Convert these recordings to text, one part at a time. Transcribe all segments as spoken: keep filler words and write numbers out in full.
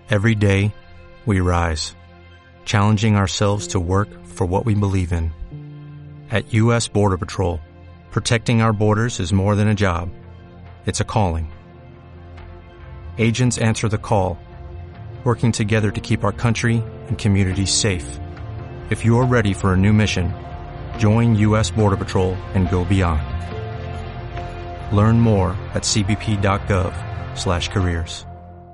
Every day, we rise, challenging ourselves to work for what we believe in. At U S Border Patrol, protecting our borders is more than a job. It's a calling. Agents answer the call, working together to keep our country and communities safe. If you're ready for a new mission, join U S Border Patrol and go beyond. Learn more at cbp.gov slash careers.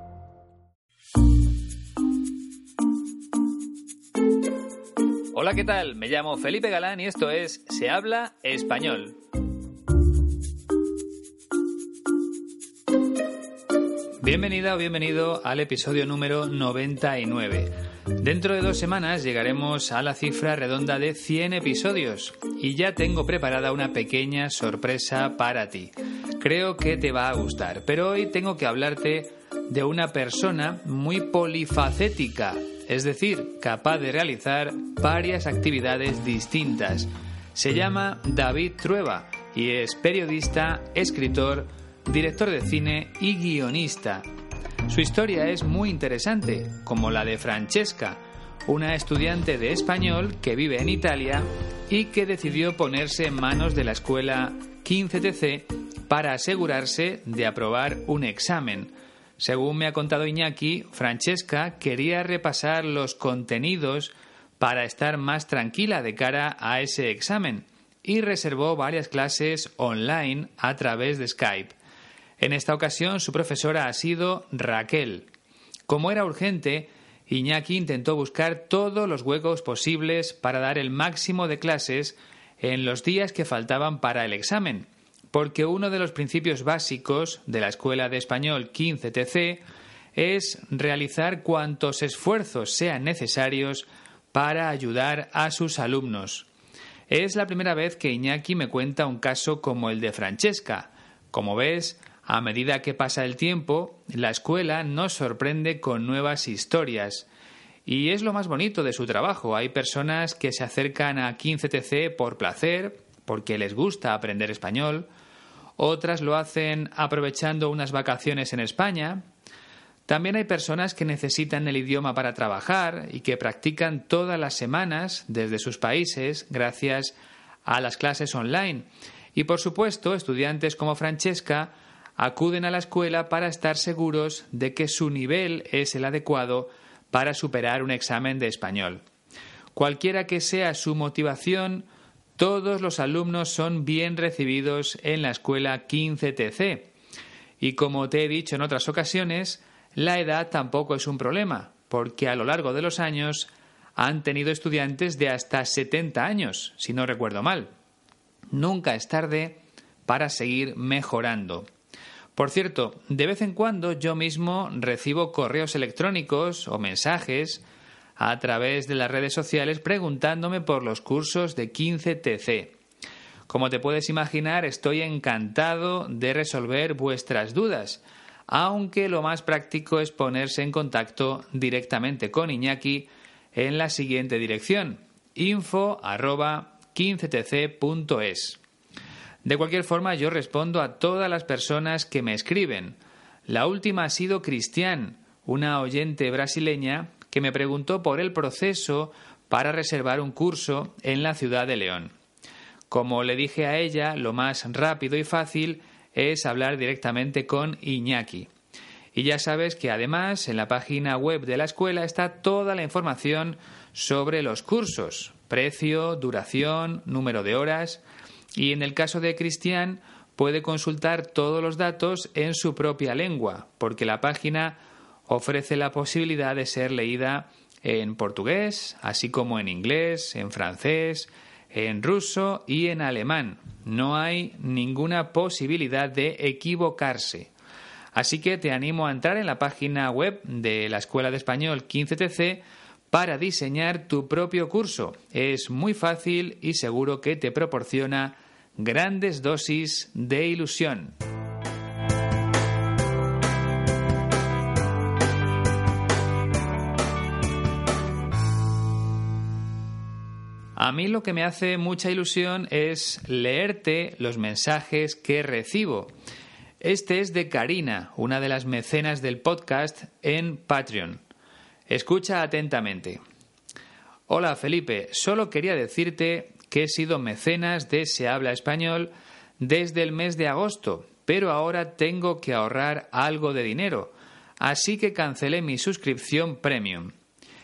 Hola, ¿qué tal? Me llamo Felipe Galán y esto es Se Habla Español. Bienvenida o bienvenido al episodio número noventa y nueve. Dentro de dos semanas llegaremos a la cifra redonda de cien episodios y ya tengo preparada una pequeña sorpresa para ti. Creo que te va a gustar, pero hoy tengo que hablarte de una persona muy polifacética, es decir, capaz de realizar varias actividades distintas. Se llama David Trueba y es periodista, escritor, director de cine y guionista. Su historia es muy interesante, como la de Francesca, una estudiante de español que vive en Italia y que decidió ponerse en manos de la escuela quince T C para asegurarse de aprobar un examen. Según me ha contado Iñaki, Francesca quería repasar los contenidos para estar más tranquila de cara a ese examen y reservó varias clases online a través de Skype. En esta ocasión su profesora ha sido Raquel. Como era urgente, Iñaki intentó buscar todos los huecos posibles para dar el máximo de clases en los días que faltaban para el examen, porque uno de los principios básicos de la Escuela de Español quince T C es realizar cuantos esfuerzos sean necesarios para ayudar a sus alumnos. Es la primera vez que Iñaki me cuenta un caso como el de Francesca. Como ves, a medida que pasa el tiempo, la escuela nos sorprende con nuevas historias. Y es lo más bonito de su trabajo. Hay personas que se acercan a quince T C por placer, porque les gusta aprender español. Otras lo hacen aprovechando unas vacaciones en España. También hay personas que necesitan el idioma para trabajar y que practican todas las semanas desde sus países gracias a las clases online. Y por supuesto, estudiantes como Francesca acuden a la escuela para estar seguros de que su nivel es el adecuado para superar un examen de español. Cualquiera que sea su motivación, todos los alumnos son bien recibidos en la escuela quince T C. Y como te he dicho en otras ocasiones, la edad tampoco es un problema, porque a lo largo de los años han tenido estudiantes de hasta setenta años, si no recuerdo mal. Nunca es tarde para seguir mejorando. Por cierto, de vez en cuando yo mismo recibo correos electrónicos o mensajes a través de las redes sociales preguntándome por los cursos de quince T C. Como te puedes imaginar, estoy encantado de resolver vuestras dudas, aunque lo más práctico es ponerse en contacto directamente con Iñaki en la siguiente dirección: info arroba quince t c punto es. De cualquier forma, yo respondo a todas las personas que me escriben. La última ha sido Cristian, una oyente brasileña que me preguntó por el proceso para reservar un curso en la ciudad de León. Como le dije a ella, lo más rápido y fácil es hablar directamente con Iñaki. Y ya sabes que además en la página web de la escuela está toda la información sobre los cursos: precio, duración, número de horas. Y en el caso de Cristian, puede consultar todos los datos en su propia lengua, porque la página ofrece la posibilidad de ser leída en portugués, así como en inglés, en francés, en ruso y en alemán. No hay ninguna posibilidad de equivocarse. Así que te animo a entrar en la página web de la Escuela de Español quince T C para diseñar tu propio curso. Es muy fácil y seguro que te proporciona grandes dosis de ilusión. A mí lo que me hace mucha ilusión es leerte los mensajes que recibo. Este es de Karina, una de las mecenas del podcast en Patreon. Escucha atentamente. Hola Felipe, solo quería decirte que he sido mecenas de Se Habla Español desde el mes de agosto, pero ahora tengo que ahorrar algo de dinero, así que cancelé mi suscripción premium.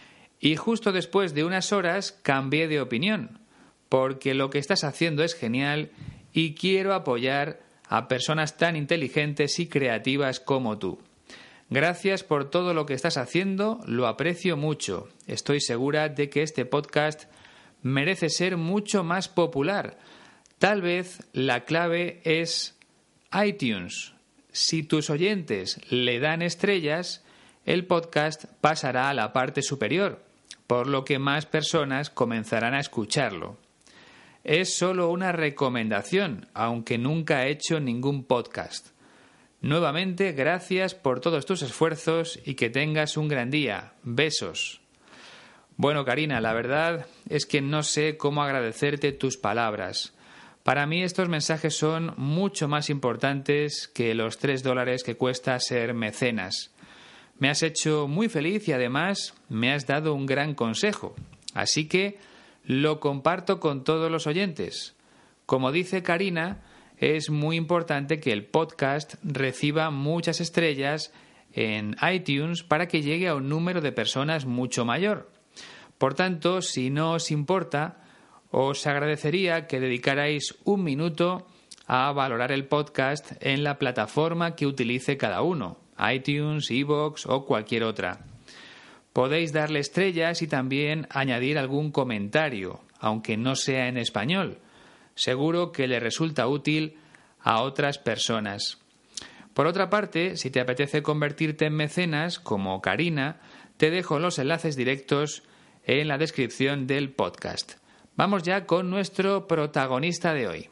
Y justo después de unas horas cambié de opinión, porque lo que estás haciendo es genial y quiero apoyar a personas tan inteligentes y creativas como tú. Gracias por todo lo que estás haciendo, lo aprecio mucho. Estoy segura de que este podcast merece ser mucho más popular. Tal vez la clave es iTunes. Si tus oyentes le dan estrellas, el podcast pasará a la parte superior, por lo que más personas comenzarán a escucharlo. Es solo una recomendación, aunque nunca he hecho ningún podcast. Nuevamente, gracias por todos tus esfuerzos y que tengas un gran día. Besos. Bueno, Karina, la verdad es que no sé cómo agradecerte tus palabras. Para mí estos mensajes son mucho más importantes que los tres dólares que cuesta ser mecenas. Me has hecho muy feliz y además me has dado un gran consejo. Así que lo comparto con todos los oyentes. Como dice Karina, es muy importante que el podcast reciba muchas estrellas en iTunes para que llegue a un número de personas mucho mayor. Por tanto, si no os importa, os agradecería que dedicarais un minuto a valorar el podcast en la plataforma que utilice cada uno, iTunes, iVoox o cualquier otra. Podéis darle estrellas y también añadir algún comentario, aunque no sea en español. Seguro que le resulta útil a otras personas. Por otra parte, si te apetece convertirte en mecenas, como Karina, te dejo los enlaces directos en la descripción del podcast. Vamos ya con nuestro protagonista de hoy.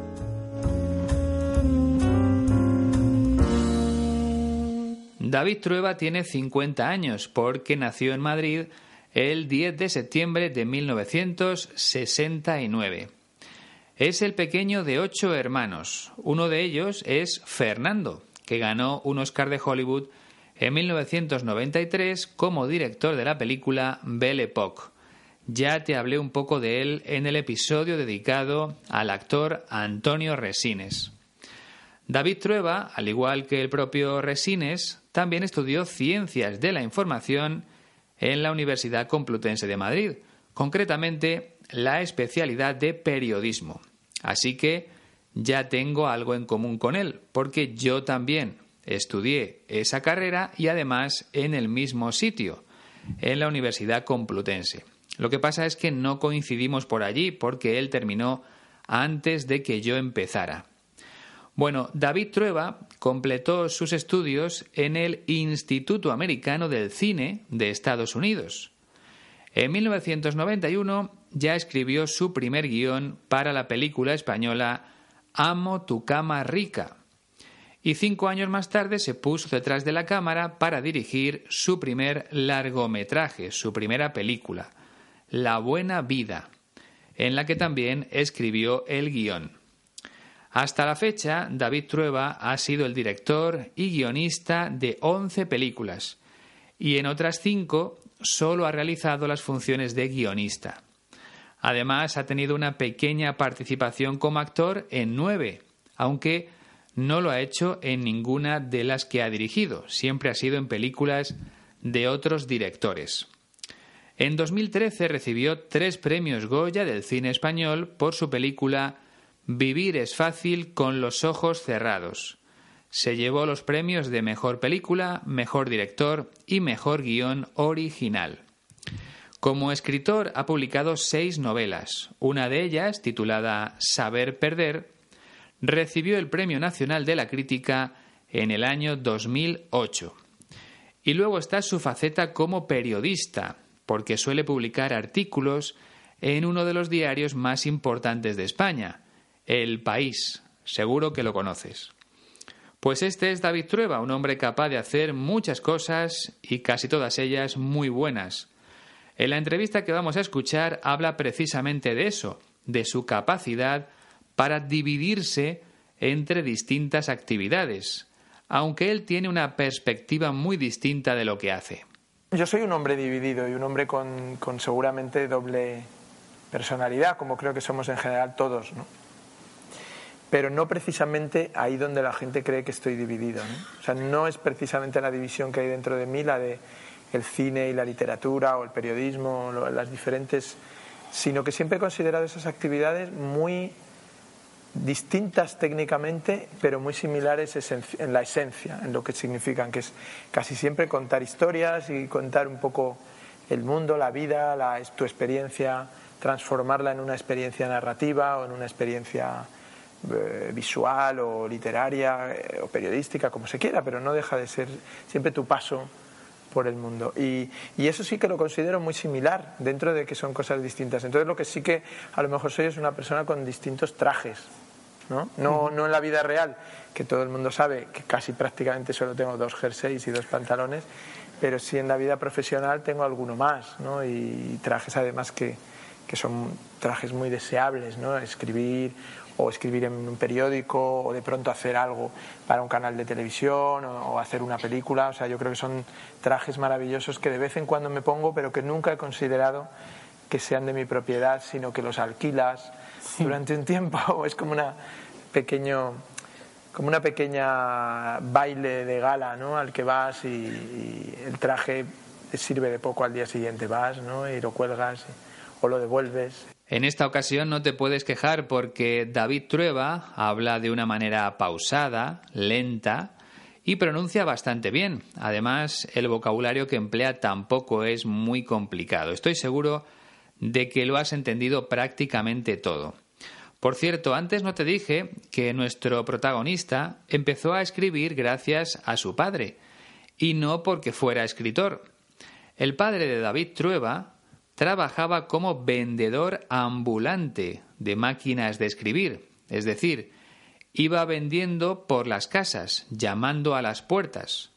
David Trueba tiene cincuenta años porque nació en Madrid el diez de septiembre de mil novecientos sesenta y nueve. Es el pequeño de ocho hermanos. Uno de ellos es Fernando, que ganó un Oscar de Hollywood en mil novecientos noventa y tres como director de la película Belle Époque. Ya te hablé un poco de él en el episodio dedicado al actor Antonio Resines. David Trueba, al igual que el propio Resines, también estudió Ciencias de la Información en la Universidad Complutense de Madrid, concretamente la especialidad de periodismo. Así que ya tengo algo en común con él, porque yo también estudié esa carrera y además en el mismo sitio, en la Universidad Complutense. Lo que pasa es que no coincidimos por allí porque él terminó antes de que yo empezara. Bueno, David Trueba completó sus estudios en el Instituto Americano del Cine de Estados Unidos. En mil novecientos noventa y uno ya escribió su primer guión para la película española Amo tu cama rica. Y cinco años más tarde se puso detrás de la cámara para dirigir su primer largometraje, su primera película, La buena vida, en la que también escribió el guión. Hasta la fecha, David Trueba ha sido el director y guionista de once películas, y en otras cinco solo ha realizado las funciones de guionista. Además, ha tenido una pequeña participación como actor en nueve, aunque no lo ha hecho en ninguna de las que ha dirigido. Siempre ha sido en películas de otros directores. En dos mil trece recibió tres premios Goya del cine español por su película Vivir es fácil con los ojos cerrados. Se llevó los premios de Mejor Película, Mejor Director y Mejor Guión Original. Como escritor ha publicado seis novelas. Una de ellas, titulada Saber perder, recibió el Premio Nacional de la Crítica en el año dos mil ocho. Y luego está su faceta como periodista, porque suele publicar artículos en uno de los diarios más importantes de España, El País. Seguro que lo conoces. Pues este es David Trueba, un hombre capaz de hacer muchas cosas y casi todas ellas muy buenas. En la entrevista que vamos a escuchar habla precisamente de eso, de su capacidad para dividirse entre distintas actividades, aunque él tiene una perspectiva muy distinta de lo que hace. Yo soy un hombre dividido y un hombre con, con seguramente doble personalidad, como creo que somos en general todos, ¿no? Pero no precisamente ahí donde la gente cree que estoy dividido, ¿no? O sea, no es precisamente la división que hay dentro de mí, la de el cine y la literatura o el periodismo, las diferentes, sino que siempre he considerado esas actividades muy distintas técnicamente, pero muy similares en la esencia, en lo que significan, que es casi siempre contar historias y contar un poco el mundo, la vida, la, tu experiencia, transformarla en una experiencia narrativa o en una experiencia eh, visual o literaria eh, o periodística, como se quiera, pero no deja de ser siempre tu paso por el mundo. Y, y eso sí que lo considero muy similar, dentro de que son cosas distintas. Entonces lo que sí que a lo mejor soy es una persona con distintos trajes, ¿no? No, no en la vida real, que todo el mundo sabe que casi prácticamente solo tengo dos jerseys y dos pantalones, pero sí en la vida profesional tengo alguno más, ¿no? Y trajes además que, que son trajes muy deseables, ¿no? Escribir o escribir en un periódico o de pronto hacer algo para un canal de televisión o, o hacer una película. O sea, yo creo que son trajes maravillosos que de vez en cuando me pongo, pero que nunca he considerado que sean de mi propiedad, sino que los alquilas sí. durante un tiempo. Es como una pequeño como una pequeña baile de gala, ¿no? Al que vas y, y el traje sirve de poco al día siguiente. Vas, ¿no? Y lo cuelgas y, o lo devuelves. En esta ocasión no te puedes quejar porque David Trueba habla de una manera pausada, lenta y pronuncia bastante bien. Además, el vocabulario que emplea tampoco es muy complicado. Estoy seguro de que lo has entendido prácticamente todo. Por cierto, antes no te dije que nuestro protagonista empezó a escribir gracias a su padre y no porque fuera escritor. El padre de David Trueba trabajaba como vendedor ambulante de máquinas de escribir, es decir, iba vendiendo por las casas, llamando a las puertas.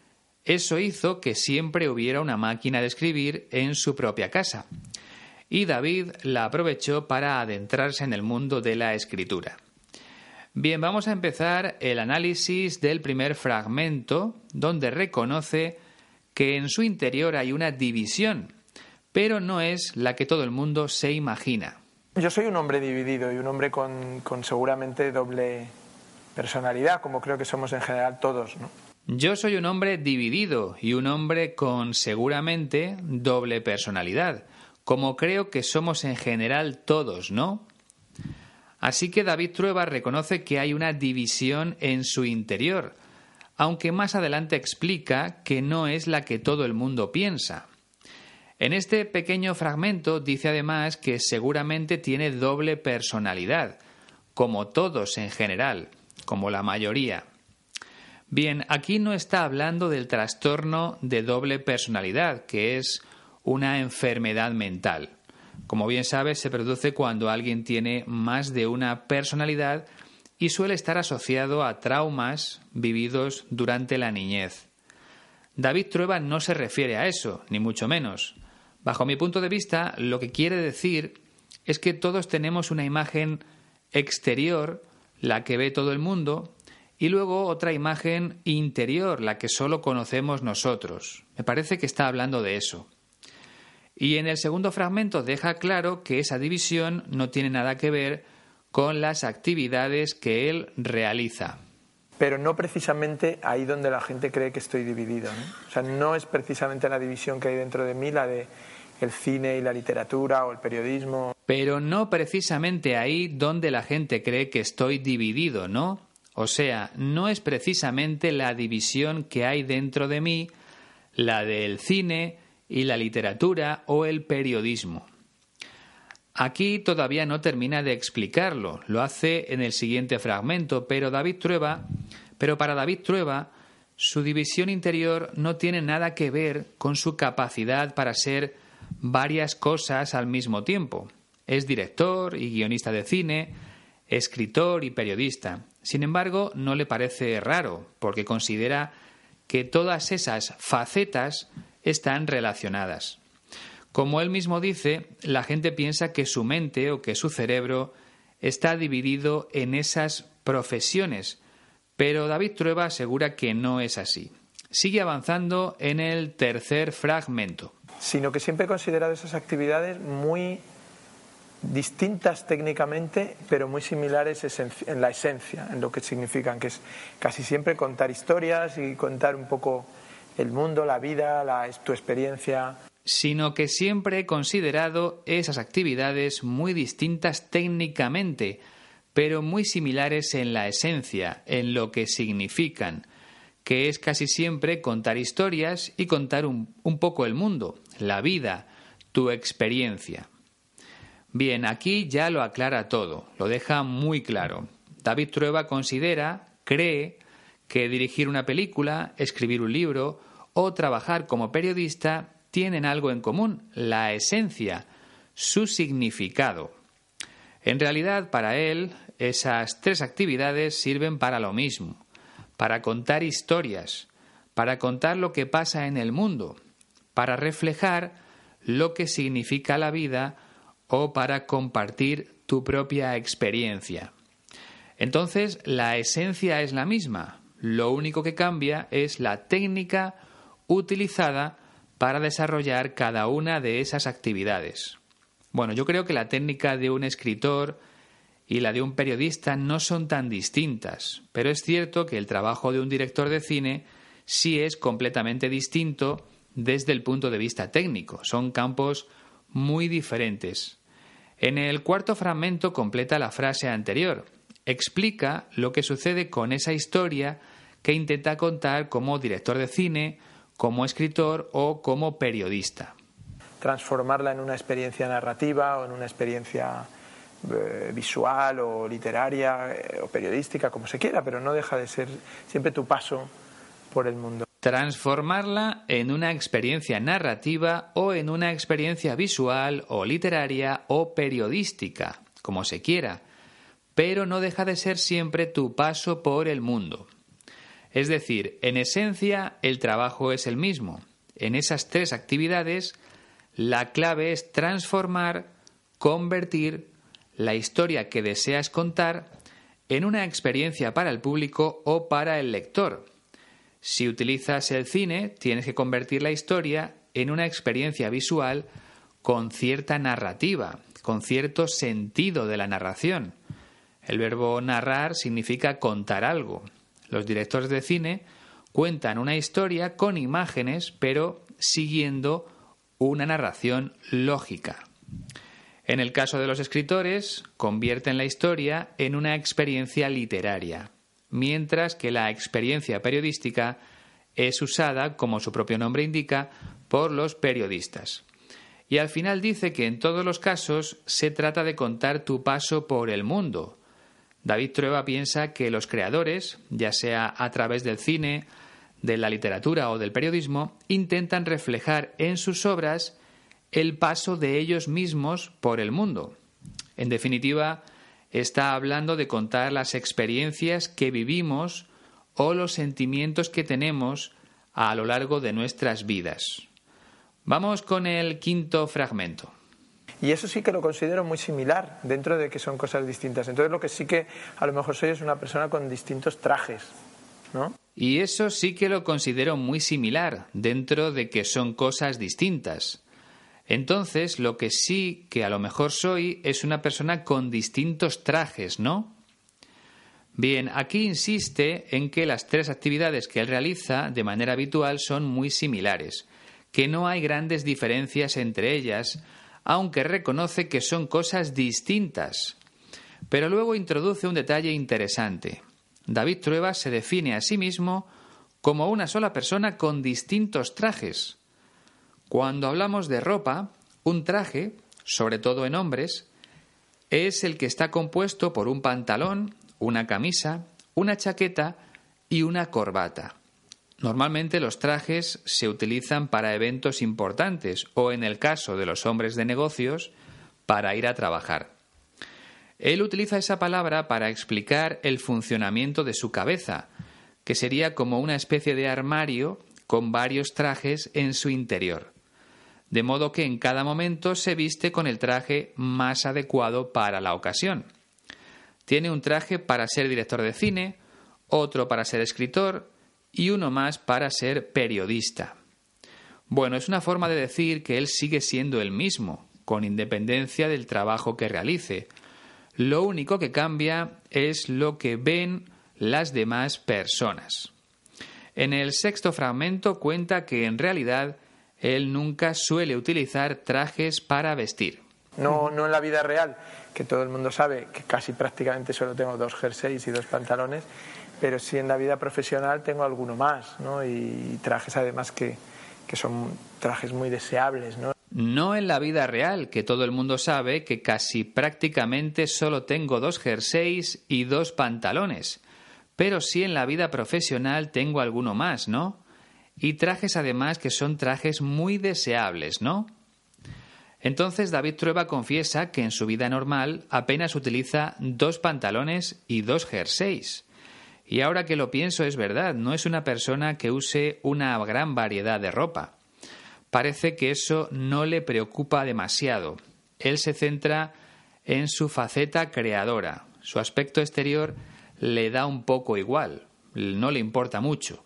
Eso hizo que siempre hubiera una máquina de escribir en su propia casa, y David la aprovechó para adentrarse en el mundo de la escritura. Bien, vamos a empezar el análisis del primer fragmento, donde reconoce que en su interior hay una división, pero no es la que todo el mundo se imagina. Yo soy un hombre dividido y un hombre con, con seguramente doble personalidad, como creo que somos en general todos, ¿no? Yo soy un hombre dividido y un hombre con seguramente doble personalidad, como creo que somos en general todos, ¿no? Así que David Trueba reconoce que hay una división en su interior, aunque más adelante explica que no es la que todo el mundo piensa. En este pequeño fragmento dice además que seguramente tiene doble personalidad, como todos en general, como la mayoría. Bien, aquí no está hablando del trastorno de doble personalidad, que es una enfermedad mental. Como bien sabes, se produce cuando alguien tiene más de una personalidad y suele estar asociado a traumas vividos durante la niñez. David Trueba no se refiere a eso, ni mucho menos. Bajo mi punto de vista, lo que quiere decir es que todos tenemos una imagen exterior, la que ve todo el mundo, y luego otra imagen interior, la que solo conocemos nosotros. Me parece que está hablando de eso. Y en el segundo fragmento deja claro que esa división no tiene nada que ver con las actividades que él realiza. Pero no precisamente ahí donde la gente cree que estoy dividido, ¿no? O sea, no es precisamente la división que hay dentro de mí, la de el cine y la literatura o el periodismo. Pero no precisamente ahí donde la gente cree que estoy dividido, ¿no? O sea, no es precisamente la división que hay dentro de mí, la del cine y la literatura o el periodismo. Aquí todavía no termina de explicarlo, lo hace en el siguiente fragmento, pero David Trueba, pero para David Trueba, su división interior no tiene nada que ver con su capacidad para ser varias cosas al mismo tiempo. Es director y guionista de cine, escritor y periodista. Sin embargo, no le parece raro, porque considera que todas esas facetas están relacionadas. Como él mismo dice, la gente piensa que su mente o que su cerebro está dividido en esas profesiones, pero David Trueba asegura que no es así. Sigue avanzando en el tercer fragmento. Sino que siempre he considerado esas actividades muy distintas técnicamente, pero muy similares en la esencia, en lo que significan, que es casi siempre contar historias y contar un poco el mundo, la vida, la, tu experiencia. Sino que siempre he considerado esas actividades muy distintas técnicamente, pero muy similares en la esencia, en lo que significan, que es casi siempre contar historias y contar un, un poco el mundo, la vida, tu experiencia. Bien, aquí ya lo aclara todo, lo deja muy claro. David Trueba considera, cree, que dirigir una película, escribir un libro o trabajar como periodista tienen algo en común, la esencia, su significado. En realidad, para él, esas tres actividades sirven para lo mismo, para contar historias, para contar lo que pasa en el mundo, para reflejar lo que significa la vida o para compartir tu propia experiencia. Entonces, la esencia es la misma, lo único que cambia es la técnica utilizada para desarrollar cada una de esas actividades. Bueno, yo creo que la técnica de un escritor y la de un periodista no son tan distintas, pero es cierto que el trabajo de un director de cine sí es completamente distinto desde el punto de vista técnico. Son campos muy diferentes. En el cuarto fragmento completa la frase anterior. Explica lo que sucede con esa historia que intenta contar como director de cine, como escritor o como periodista. Transformarla en una experiencia narrativa o en una experiencia eh, visual o literaria eh, o periodística, como se quiera, pero no deja de ser siempre tu paso por el mundo. Transformarla en una experiencia narrativa o en una experiencia visual o literaria o periodística, como se quiera, pero no deja de ser siempre tu paso por el mundo. Es decir, en esencia el trabajo es el mismo. En esas tres actividades la clave es transformar, convertir la historia que deseas contar en una experiencia para el público o para el lector. Si utilizas el cine, tienes que convertir la historia en una experiencia visual con cierta narrativa, con cierto sentido de la narración. El verbo narrar significa contar algo. Los directores de cine cuentan una historia con imágenes, pero siguiendo una narración lógica. En el caso de los escritores, convierten la historia en una experiencia literaria, mientras que la experiencia periodística es usada, como su propio nombre indica, por los periodistas. Y al final dice que en todos los casos se trata de contar tu paso por el mundo. David Trueba piensa que los creadores, ya sea a través del cine, de la literatura o del periodismo, intentan reflejar en sus obras el paso de ellos mismos por el mundo. En definitiva, está hablando de contar las experiencias que vivimos o los sentimientos que tenemos a lo largo de nuestras vidas. Vamos con el quinto fragmento. Y eso sí que lo considero muy similar, dentro de que son cosas distintas. Entonces lo que sí que a lo mejor soy es una persona con distintos trajes, ¿no? Y eso sí que lo considero muy similar, dentro de que son cosas distintas. Entonces, lo que sí que a lo mejor soy es una persona con distintos trajes, ¿no? Bien, aquí insiste en que las tres actividades que él realiza de manera habitual son muy similares, que no hay grandes diferencias entre ellas, aunque reconoce que son cosas distintas. Pero luego introduce un detalle interesante. David Trueba se define a sí mismo como una sola persona con distintos trajes. Cuando hablamos de ropa, un traje, sobre todo en hombres, es el que está compuesto por un pantalón, una camisa, una chaqueta y una corbata. Normalmente los trajes se utilizan para eventos importantes o, en el caso de los hombres de negocios, para ir a trabajar. Él utiliza esa palabra para explicar el funcionamiento de su cabeza, que sería como una especie de armario con varios trajes en su interior. De modo que en cada momento se viste con el traje más adecuado para la ocasión. tiene un traje para ser director de cine, otro para ser escritor y uno más para ser periodista. Bueno, es una forma de decir que él sigue siendo el mismo, con independencia del trabajo que realice. Lo único que cambia es lo que ven las demás personas. En el sexto fragmento cuenta que en realidad él nunca suele utilizar trajes para vestir. No, no en la vida real, que todo el mundo sabe que casi prácticamente solo tengo dos jerseys y dos pantalones, pero sí en la vida profesional tengo alguno más, ¿no? Y trajes además que, que son trajes muy deseables, ¿no? No en la vida real, que todo el mundo sabe que casi prácticamente solo tengo dos jerseys y dos pantalones, pero sí en la vida profesional tengo alguno más, ¿no? Y trajes además que son trajes muy deseables, ¿no? Entonces David Trueba confiesa que en su vida normal apenas utiliza dos pantalones y dos jerseys. Y ahora que lo pienso es verdad, no es una persona que use una gran variedad de ropa. Parece que eso no le preocupa demasiado. Él se centra en su faceta creadora. Su aspecto exterior le da un poco igual, no le importa mucho.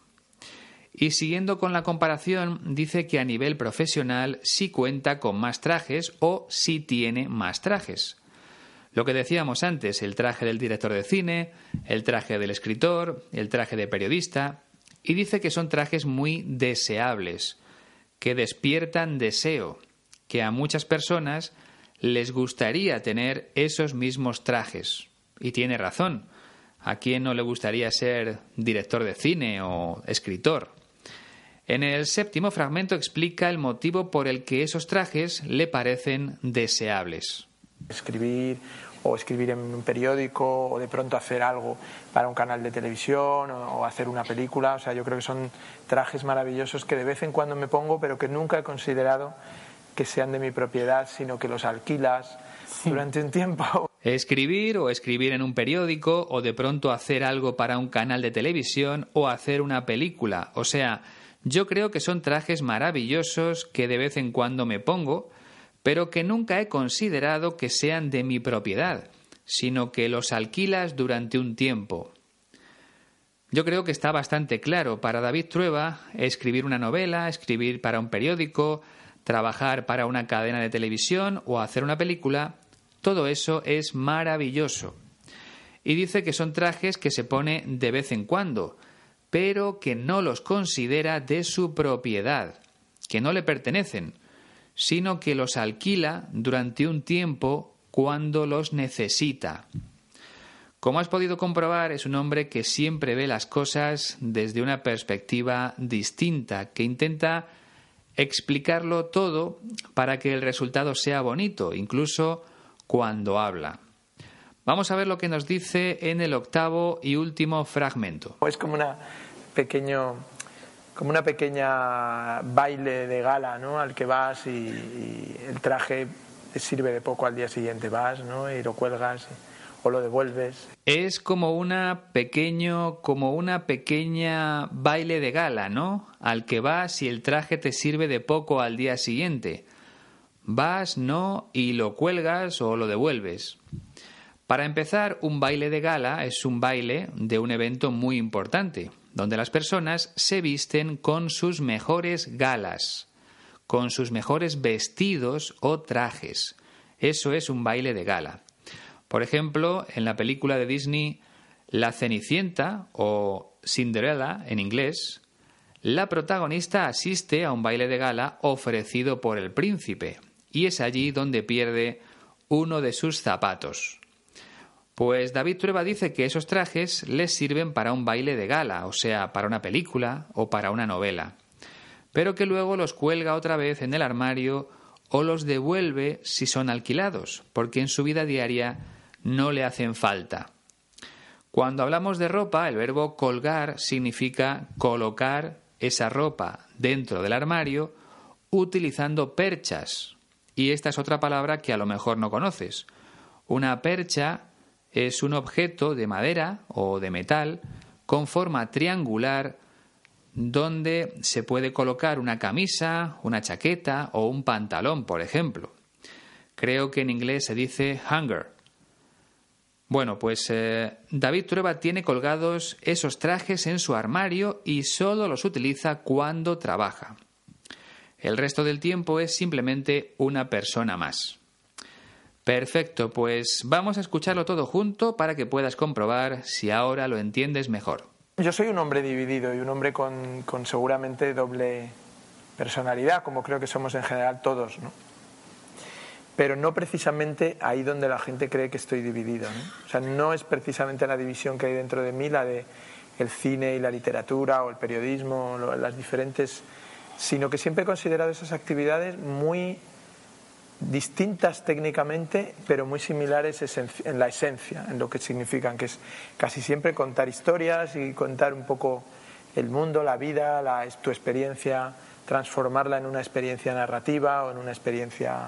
Y siguiendo con la comparación, dice que a nivel profesional sí cuenta con más trajes o sí tiene más trajes. Lo que decíamos antes, el traje del director de cine, el traje del escritor, el traje de periodista, y dice que son trajes muy deseables, que despiertan deseo, que a muchas personas les gustaría tener esos mismos trajes. Y tiene razón, ¿a quién no le gustaría ser director de cine o escritor? En el séptimo fragmento explica el motivo por el que esos trajes le parecen deseables. Escribir o escribir en un periódico o de pronto hacer algo para un canal de televisión o, o hacer una película, o sea, yo creo que son trajes maravillosos que de vez en cuando me pongo, pero que nunca he considerado que sean de mi propiedad, sino que los alquilas sí. durante un tiempo. Escribir o escribir en un periódico o de pronto hacer algo para un canal de televisión o hacer una película, o sea, yo creo que son trajes maravillosos que de vez en cuando me pongo, pero que nunca he considerado que sean de mi propiedad, sino que los alquilas durante un tiempo. Yo creo que está bastante claro para David Trueba escribir una novela, escribir para un periódico, trabajar para una cadena de televisión o hacer una película. Todo eso es maravilloso. Y dice que son trajes que se pone de vez en cuando, pero que no los considera de su propiedad, que no le pertenecen, sino que los alquila durante un tiempo cuando los necesita. Como has podido comprobar, es un hombre que siempre ve las cosas desde una perspectiva distinta, que intenta explicarlo todo para que el resultado sea bonito, incluso cuando habla. Vamos a ver lo que nos dice en el octavo y último fragmento. Es como una pequeño, como una pequeña baile de gala, ¿no? Al que vas y, y el traje sirve de poco al día siguiente, vas, ¿no? Y lo cuelgas o lo devuelves. Es como una pequeño, como una pequeña baile de gala, ¿no? Al que vas y el traje te sirve de poco al día siguiente. Vas, ¿no? Y lo cuelgas o lo devuelves. Para empezar, un baile de gala es un baile de un evento muy importante, donde las personas se visten con sus mejores galas, con sus mejores vestidos o trajes. Eso es un baile de gala. Por ejemplo, en la película de Disney La Cenicienta o Cinderella en inglés, la protagonista asiste a un baile de gala ofrecido por el príncipe y es allí donde pierde uno de sus zapatos. Pues David Trueba dice que esos trajes les sirven para un baile de gala, o sea, para una película o para una novela, pero que luego los cuelga otra vez en el armario o los devuelve si son alquilados, porque en su vida diaria no le hacen falta. Cuando hablamos de ropa, el verbo colgar significa colocar esa ropa dentro del armario utilizando perchas, y esta es otra palabra que a lo mejor no conoces. Una percha es un objeto de madera o de metal con forma triangular donde se puede colocar una camisa, una chaqueta o un pantalón, por ejemplo. Creo que en inglés se dice hanger. Bueno, pues eh, David Trueba tiene colgados esos trajes en su armario y solo los utiliza cuando trabaja. El resto del tiempo es simplemente una persona más. Perfecto, pues vamos a escucharlo todo junto para que puedas comprobar si ahora lo entiendes mejor. Yo soy un hombre dividido y un hombre con, con seguramente doble personalidad, como creo que somos en general todos, ¿no? Pero no precisamente ahí donde la gente cree que estoy dividido, ¿no? O sea, no es precisamente la división que hay dentro de mí, la de el cine y la literatura o el periodismo, las diferentes, sino que siempre he considerado esas actividades muy distintas técnicamente, pero muy similares en la esencia, en lo que significan, que es casi siempre contar historias y contar un poco el mundo, la vida, la, tu experiencia, transformarla en una experiencia narrativa o en una experiencia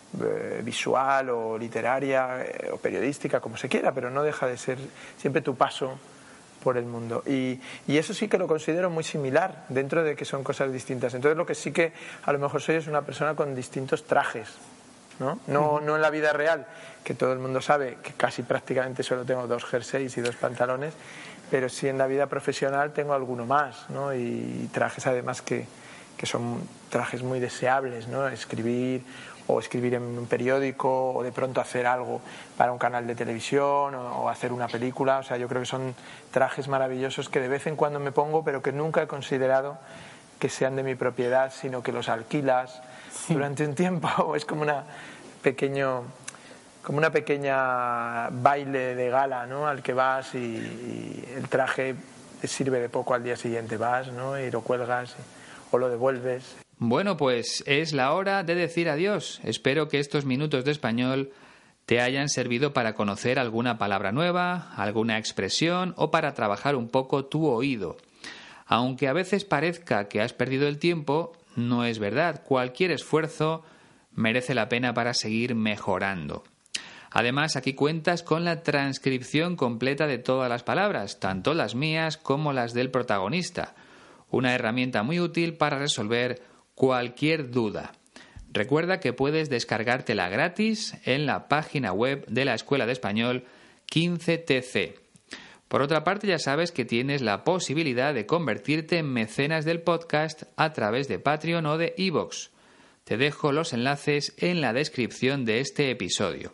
eh, visual o literaria eh, o periodística, como se quiera, pero no deja de ser siempre tu paso por el mundo. Y, y eso sí que lo considero muy similar, dentro de que son cosas distintas. Entonces lo que sí que a lo mejor soy es una persona con distintos trajes, ¿no? No, no en la vida real, que todo el mundo sabe que casi prácticamente solo tengo dos jerseys y dos pantalones, pero sí en la vida profesional tengo alguno más, ¿no? Y trajes además que, que son trajes muy deseables, ¿no? Escribir o escribir en un periódico o de pronto hacer algo para un canal de televisión o, o hacer una película. O sea, yo creo que son trajes maravillosos que de vez en cuando me pongo, pero que nunca he considerado que sean de mi propiedad, sino que los alquilas sí. durante un tiempo. Es como una pequeño como una pequeña baile de gala, ¿no? Al que vas y, y el traje te sirve de poco al día siguiente. Vas, ¿no? Y lo cuelgas o lo devuelves. Bueno, pues es la hora de decir adiós. Espero que estos minutos de español te hayan servido para conocer alguna palabra nueva, alguna expresión o para trabajar un poco tu oído. Aunque a veces parezca que has perdido el tiempo, no es verdad. Cualquier esfuerzo merece la pena para seguir mejorando. Además, aquí cuentas con la transcripción completa de todas las palabras, tanto las mías como las del protagonista. Una herramienta muy útil para resolver cualquier duda. Recuerda que puedes descargártela gratis en la página web de la Escuela de Español quince T C. Por otra parte, ya sabes que tienes la posibilidad de convertirte en mecenas del podcast a través de Patreon o de iVoox. Te dejo los enlaces en la descripción de este episodio.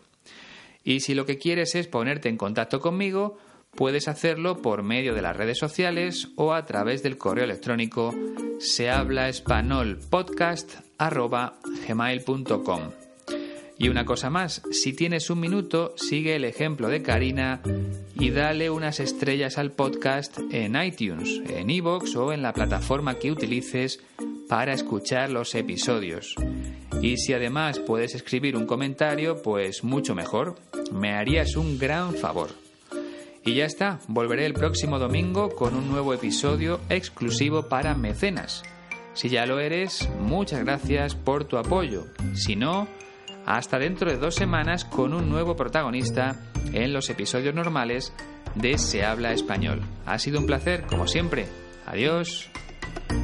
Y si lo que quieres es ponerte en contacto conmigo, puedes hacerlo por medio de las redes sociales o a través del correo electrónico sehablaespanolpodcast arroba gmail punto com. Y una cosa más, si tienes un minuto, sigue el ejemplo de Karina y dale unas estrellas al podcast en iTunes, en iVoox o en la plataforma que utilices para escuchar los episodios. Y si además puedes escribir un comentario, pues mucho mejor. Me harías un gran favor. Y ya está, volveré el próximo domingo con un nuevo episodio exclusivo para mecenas. Si ya lo eres, muchas gracias por tu apoyo. Si no, hasta dentro de dos semanas con un nuevo protagonista en los episodios normales de Se Habla Español. Ha sido un placer, como siempre. Adiós.